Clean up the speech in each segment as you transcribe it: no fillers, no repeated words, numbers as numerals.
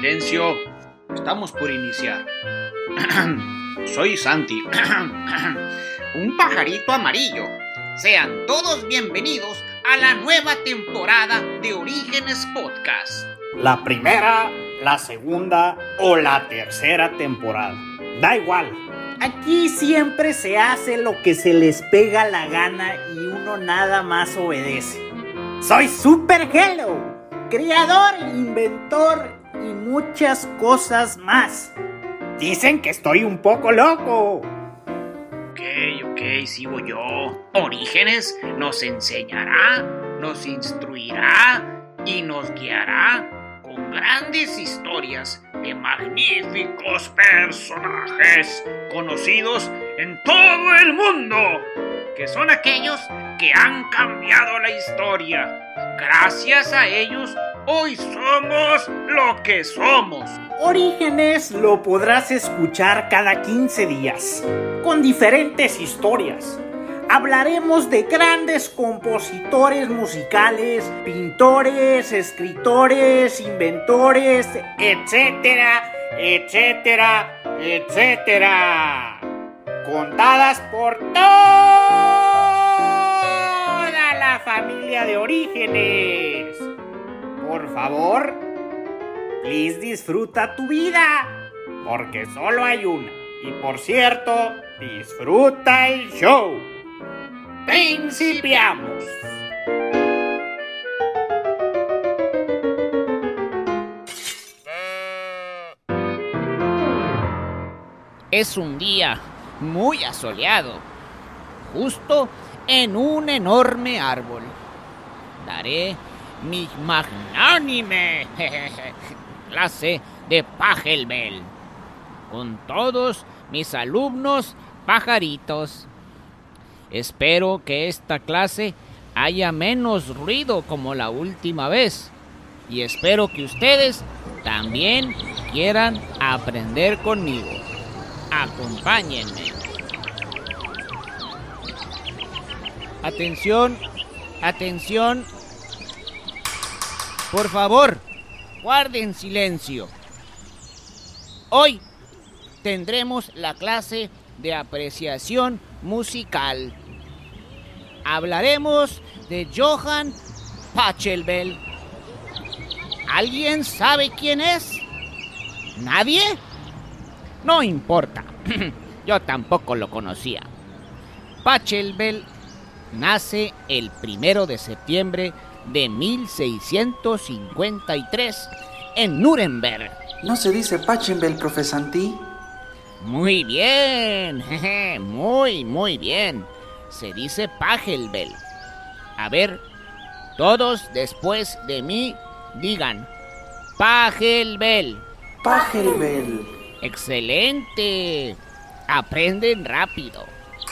Silencio, estamos por iniciar. Soy Santi, un pajarito amarillo. Sean todos bienvenidos a la nueva temporada de Orígenes Podcast. La primera, la segunda o la tercera temporada. Da igual. Aquí siempre se hace lo que se les pega la gana y uno nada más obedece. Soy Super Hello, creador, inventor y muchas cosas más. Dicen que estoy un poco loco. Ok, sigo yo. Orígenes nos enseñará, nos instruirá y nos guiará con grandes historias de magníficos personajes conocidos en todo el mundo, que son aquellos que han cambiado la historia. Gracias a ellos, hoy somos lo que somos. Orígenes lo podrás escuchar cada 15 días, con diferentes historias. Hablaremos de grandes compositores musicales, pintores, escritores, inventores, etcétera, etcétera, etcétera. Contadas por toda la familia de Orígenes. Por favor, please disfruta tu vida, porque solo hay una. Y por cierto, disfruta el show. ¡Principiamos! Es un día muy asoleado, justo en un enorme árbol. Daré mi magnánime clase de Pachelbel con todos mis alumnos pajaritos. Espero que esta clase haya menos ruido como la última vez, y espero que ustedes también quieran aprender conmigo. Acompáñenme. Atención, atención. Por favor, guarden silencio. Hoy tendremos la clase de apreciación musical. Hablaremos de Johann Pachelbel. ¿Alguien sabe quién es? ¿Nadie? No importa. Yo tampoco lo conocía. Pachelbel nace el 1 de septiembre de 1653 en Nuremberg. ¿No se dice Pachelbel, profe Santi? Muy bien, muy bien. Se dice Pachelbel. A ver, todos después de mí digan Pachelbel. Pachelbel. ¡Excelente! Aprenden rápido.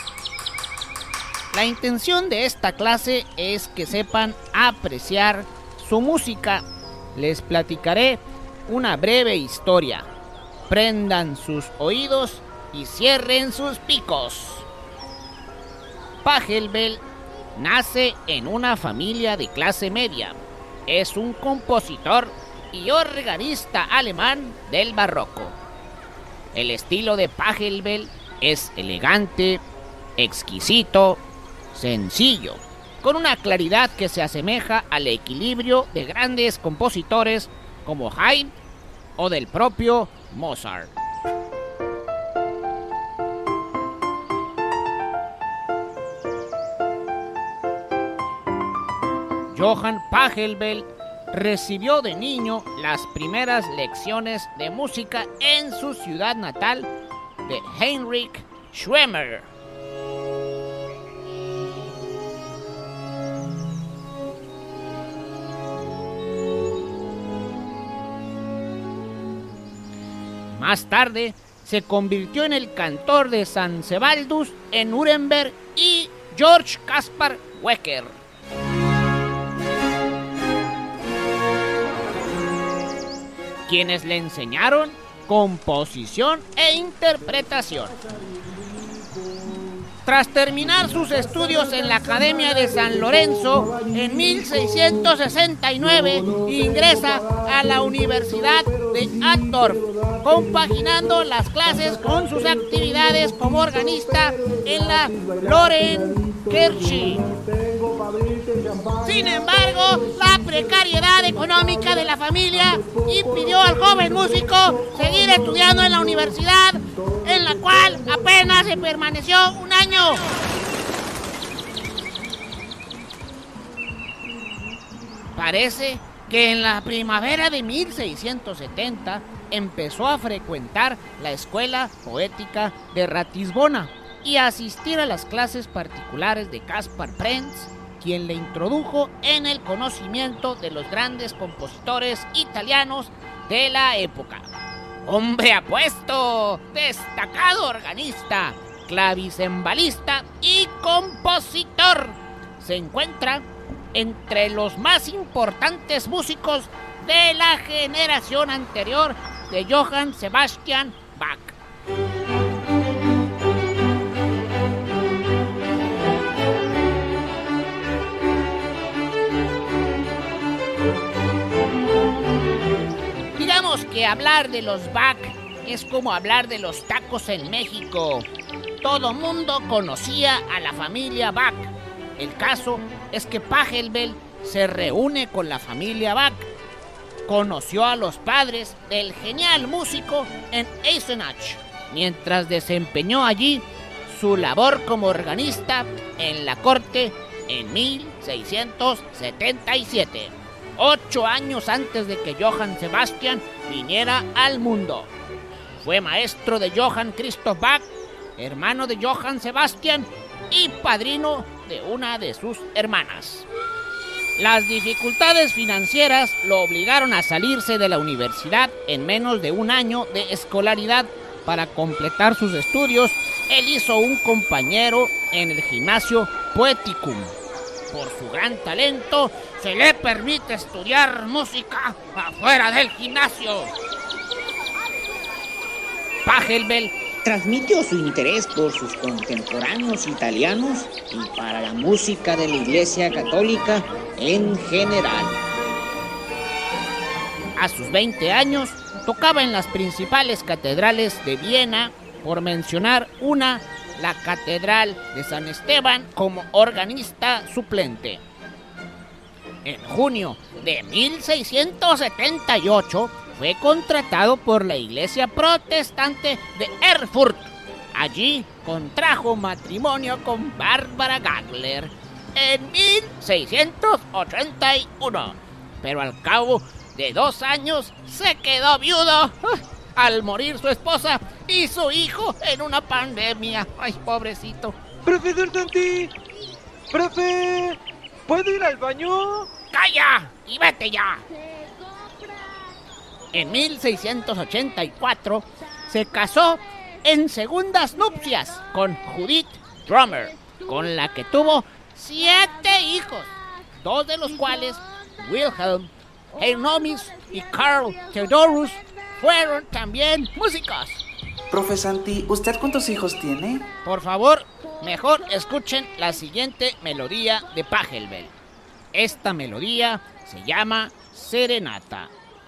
La intención de esta clase es que sepan apreciar su música. Les platicaré una breve historia. Prendan sus oídos y cierren sus picos. Pachelbel nace en una familia de clase media. Es un compositor y organista alemán del barroco. El estilo de Pachelbel es elegante, exquisito, sencillo, con una claridad que se asemeja al equilibrio de grandes compositores como Haydn o del propio Mozart. Johann Pachelbel recibió de niño las primeras lecciones de música en su ciudad natal de Heinrich Schwemmer. Más tarde se convirtió en el cantor de San Sebaldus en Nuremberg y Georg Caspar Wecker. Quienes le enseñaron composición e interpretación. Tras terminar sus estudios en la Academia de San Lorenzo, en 1669 ingresa a la Universidad de Altdorf, compaginando las clases con sus actividades como organista en la Lorenkirche. Sin embargo, la precariedad económica de la familia impidió al joven músico seguir estudiando en la universidad, en la cual apenas se permaneció un año. Parece que en la primavera de 1670 empezó a frecuentar la escuela poética de Ratisbona y a asistir a las clases particulares de Caspar Prenz, quien le introdujo en el conocimiento de los grandes compositores italianos de la época. Hombre apuesto, destacado organista, clavicembalista y compositor, se encuentra entre los más importantes músicos de la generación anterior de Johann Sebastian Bach. Digamos que hablar de los Bach es como hablar de los tacos en México. Todo mundo conocía a la familia Bach. El caso es que Pachelbel se reúne con la familia Bach. Conoció a los padres del genial músico en Eisenach, mientras desempeñó allí su labor como organista en la corte en 1677, 8 años antes de que Johann Sebastian viniera al mundo. Fue maestro de Johann Christoph Bach, hermano de Johann Sebastian y padrino de una de sus hermanas. Las dificultades financieras lo obligaron a salirse de la universidad en menos de un año de escolaridad. Para completar sus estudios, él hizo un compañero en el gimnasio Poeticum. Por su gran talento, se le permite estudiar música afuera del gimnasio. Pachelbel transmitió su interés por sus contemporáneos italianos y para la música de la Iglesia Católica en general. A sus 20 años, tocaba en las principales catedrales de Viena, por mencionar una, la Catedral de San Esteban, como organista suplente. En junio de 1678, fue contratado por la iglesia protestante de Erfurt. Allí contrajo matrimonio con Bárbara Gagler en 1681. Pero al cabo de 2 años se quedó viudo al morir su esposa y su hijo en una pandemia. ¡Ay, pobrecito! ¡Profesor Santi! ¡Profe! ¿Puedo ir al baño? ¡Calla! ¡Y vete ya! En 1684 se casó en segundas nupcias con Judith Drummer, con la que tuvo 7 hijos, 2 de los cuales, Wilhelm Hieronymus y Karl Theodorus, fueron también músicos. Profe Santi, ¿usted cuántos hijos tiene? Por favor, mejor escuchen la siguiente melodía de Pachelbel. Esta melodía se llama Serenata.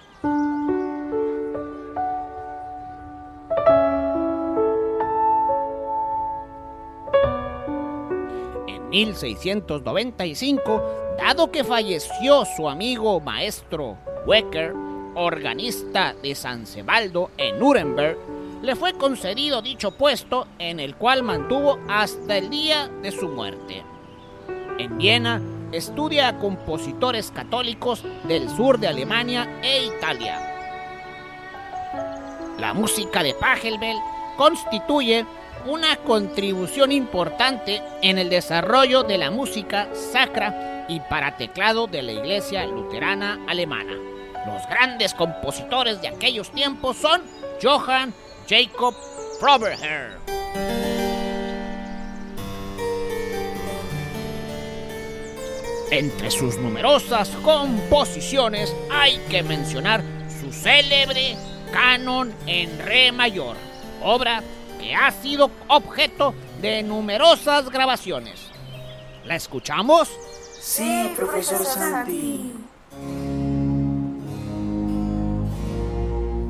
En 1695, dado que falleció su amigo maestro Wecker, organista de San Sebaldo en Nuremberg, le fue concedido dicho puesto, en el cual mantuvo hasta el día de su muerte. En Viena estudia a compositores católicos del sur de Alemania e Italia. La música de Pachelbel constituye una contribución importante en el desarrollo de la música sacra y para teclado de la Iglesia Luterana Alemana. Los grandes compositores de aquellos tiempos son Johann Jacob Froberher. Entre sus numerosas composiciones hay que mencionar su célebre Canon en Re mayor, obra que ha sido objeto de numerosas grabaciones. ¿La escuchamos? Sí, profesor Santi.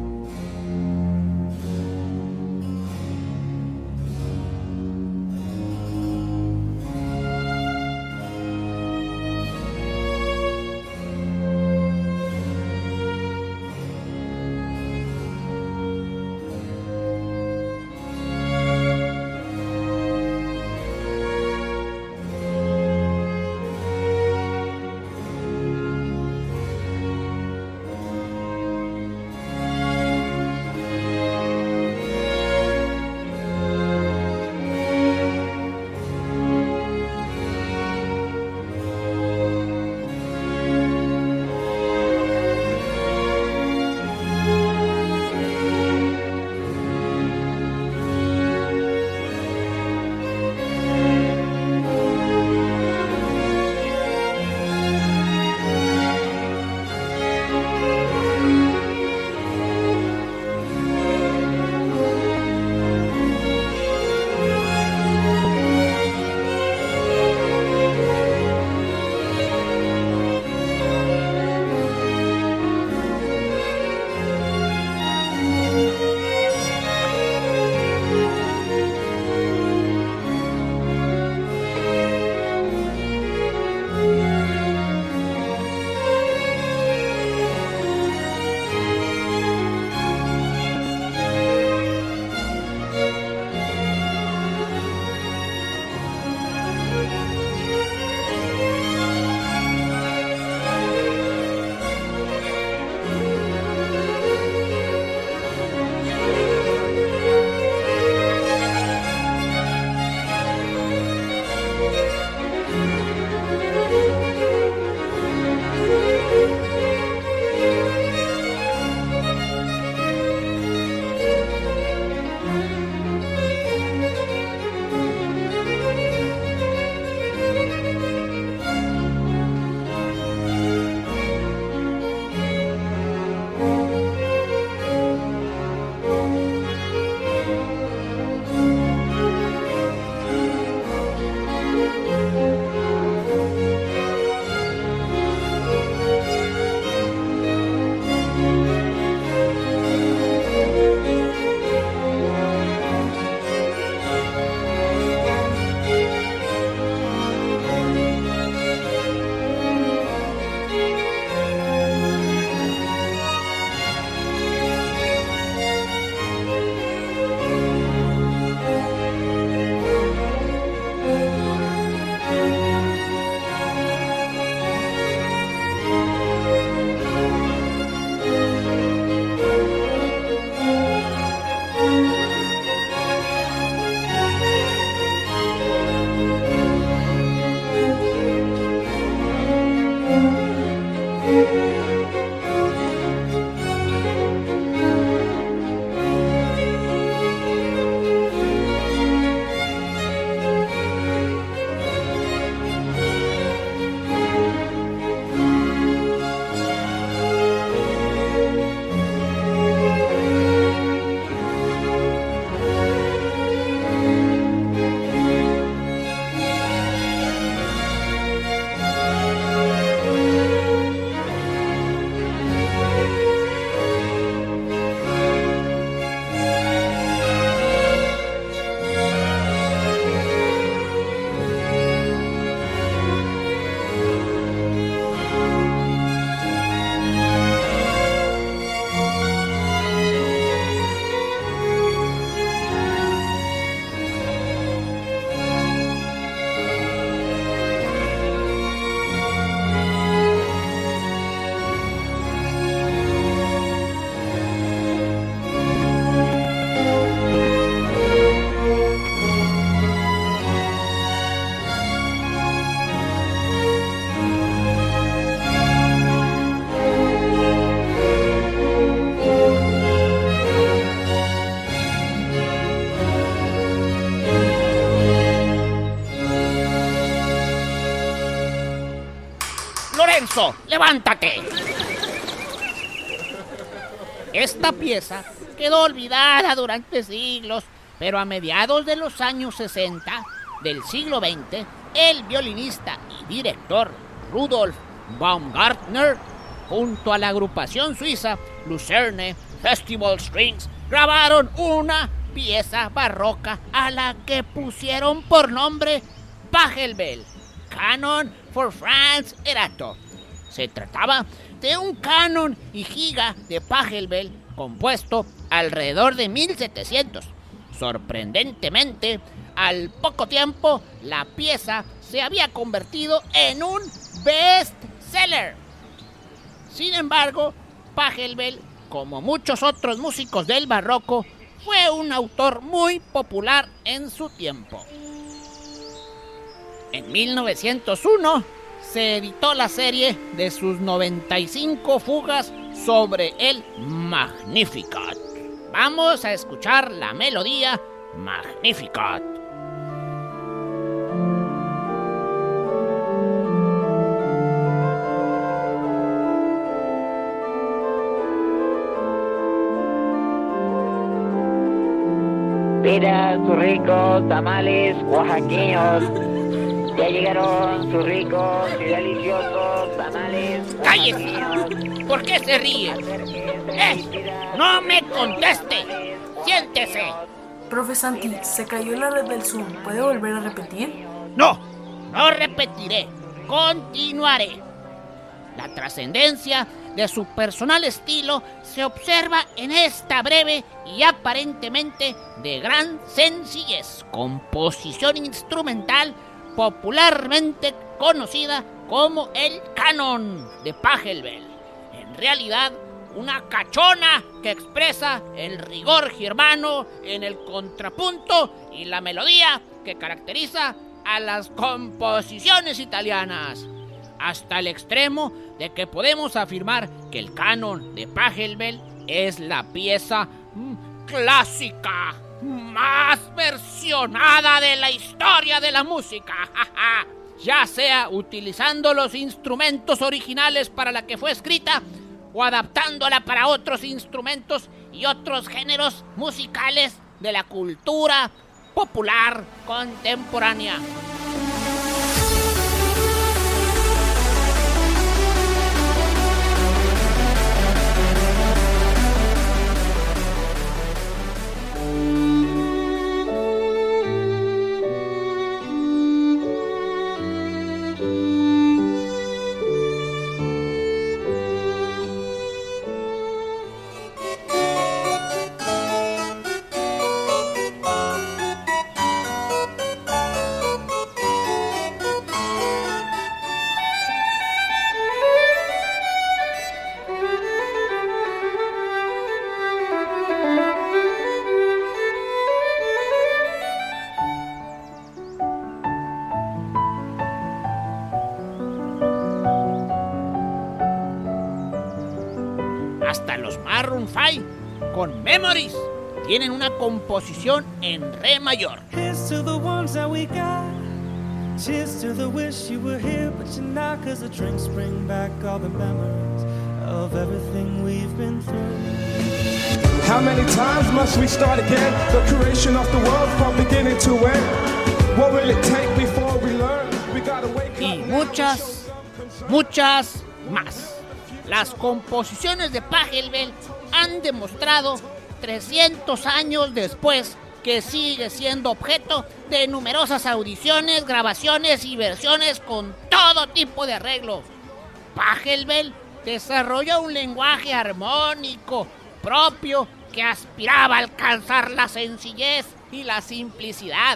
Lorenzo, levántate. Esta pieza quedó olvidada durante siglos, pero a mediados de los años 60 del siglo XX, el violinista y director Rudolf Baumgartner, junto a la agrupación suiza Lucerne Festival Strings, grabaron una pieza barroca a la que pusieron por nombre Pachelbel, Canon for Franz Erato. Se trataba de un canon y giga de Pachelbel compuesto alrededor de 1700. Sorprendentemente, al poco tiempo, la pieza se había convertido en un bestseller. Sin embargo, Pachelbel, como muchos otros músicos del barroco, fue un autor muy popular en su tiempo. En 1901 se editó la serie de sus 95 fugas sobre el Magnificat. Vamos a escuchar la melodía Magnificat. Mira sus ricos tamales oaxaqueños. Ya llegaron sus ricos y deliciosos tamales oaxaqueños. ¡Cállese! ¿Por qué se ríe? ¡No me conteste! ¡Siéntese! Profe Santi, se cayó la red del Zoom. ¿Puede volver a repetir? No repetiré. Continuaré. La trascendencia de su personal estilo se observa en esta breve y aparentemente de gran sencillez composición instrumental popularmente conocida como el canon de Pachelbel. En realidad, una cachona que expresa el rigor germano en el contrapunto y la melodía que caracteriza a las composiciones italianas, hasta el extremo de que podemos afirmar que el canon de Pachelbel es la pieza clásica más versionada de la historia de la música, ya sea utilizando los instrumentos originales para la que fue escrita o adaptándola para otros instrumentos y otros géneros musicales de la cultura popular contemporánea. Hasta los Maroon 5 con Memories tienen una composición en re mayor. Here's to the ones that we got. Cheers to the wish you were here, but you're not, 'cause the drinks bring back all the memories of everything we've been through. How many times must we start again? The creation of the world from beginning to end. What will it take before we learn? We gotta wake up. Y muchas más. Las composiciones de Pachelbel han demostrado 300 años después que sigue siendo objeto de numerosas audiciones, grabaciones y versiones con todo tipo de arreglos. Pachelbel desarrolló un lenguaje armónico propio que aspiraba a alcanzar la sencillez y la simplicidad.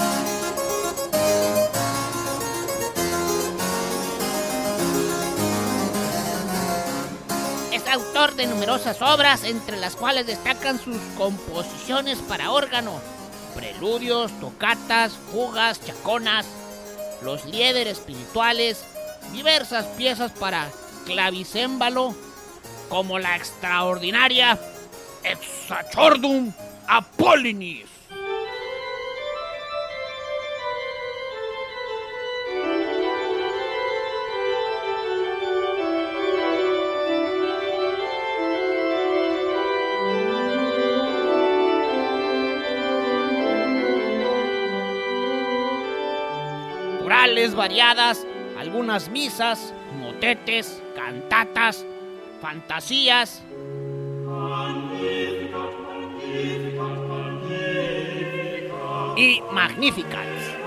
Es autor de numerosas obras, entre las cuales destacan sus composiciones para órgano, preludios, tocatas, fugas, chaconas, los lieder espirituales, diversas piezas para clavicémbalo, como la extraordinaria Exachordum Apollinis. musicales variadas, algunas misas, motetes, cantatas, fantasías y Magnificats.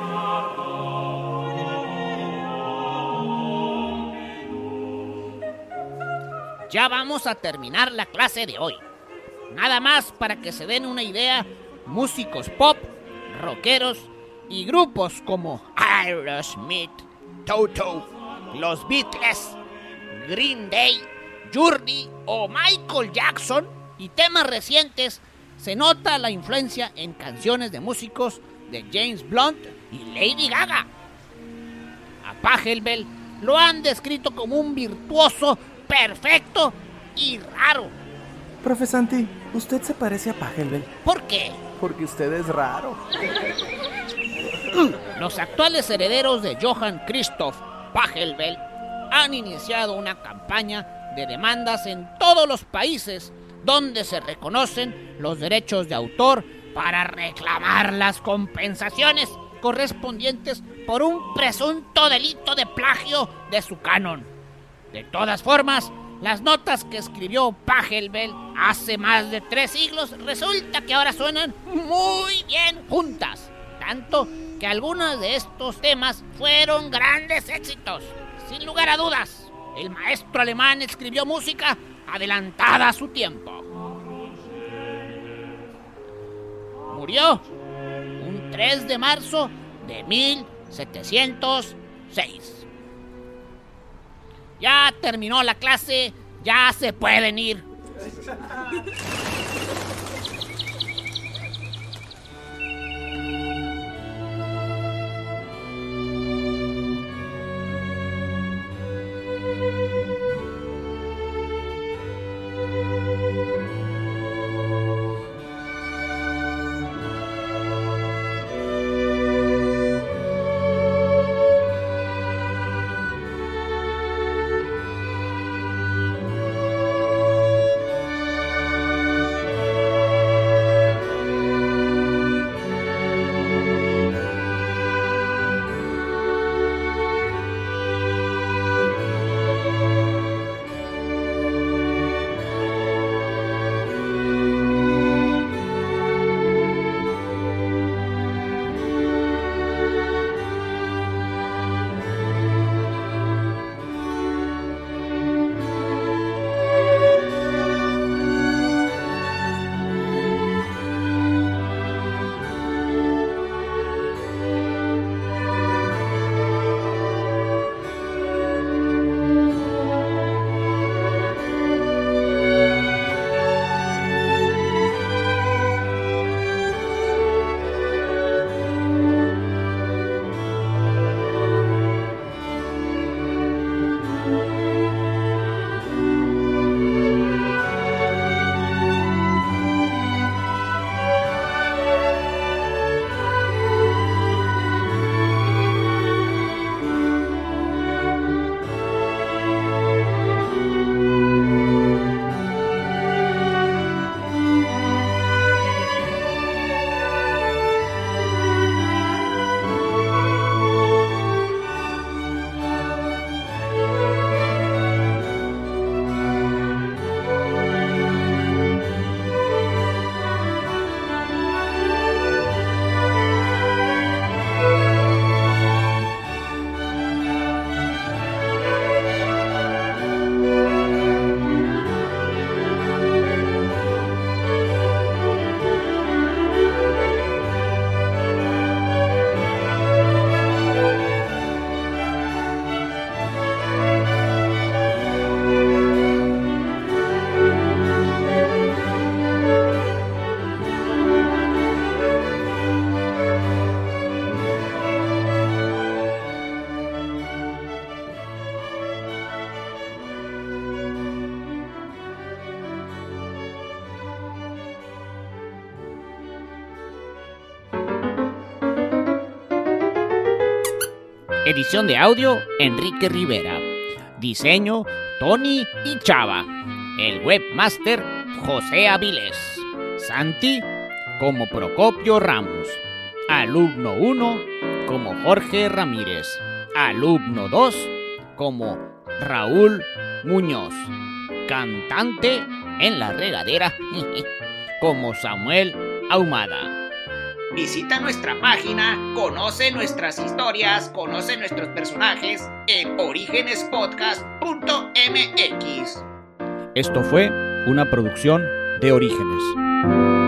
Ya vamos a terminar la clase de hoy. Nada más para que se den una idea, músicos pop, rockeros y grupos como Aerosmith, Toto, los Beatles, Green Day, Journey o Michael Jackson y temas recientes, se nota la influencia en canciones de músicos de James Blunt y Lady Gaga. A Pachelbel lo han descrito como un virtuoso perfecto y raro. Profe Santi, usted se parece a Pachelbel. ¿Por qué? Porque usted es raro. Los actuales herederos de Johann Christoph Pachelbel han iniciado una campaña de demandas en todos los países donde se reconocen los derechos de autor para reclamar las compensaciones correspondientes por un presunto delito de plagio de su canon. De todas formas, las notas que escribió Pachelbel hace más de 3 siglos resulta que ahora suenan muy bien juntas, tanto que algunos de estos temas fueron grandes éxitos. Sin lugar a dudas, el maestro alemán escribió música adelantada a su tiempo. Murió un 3 de marzo de 1706. Ya terminó la clase, ya se pueden ir. Edición de audio, Enrique Rivera. Diseño, Tony y Chava. El webmaster, José Avilés. Santi, como Procopio Ramos. Alumno 1, como Jorge Ramírez. alumno 2 como Raúl Muñoz, cantante en la regadera como Samuel Ahumada. Visita nuestra página, conoce nuestras historias, conoce nuestros personajes en orígenespodcast.mx. Esto fue una producción de Orígenes.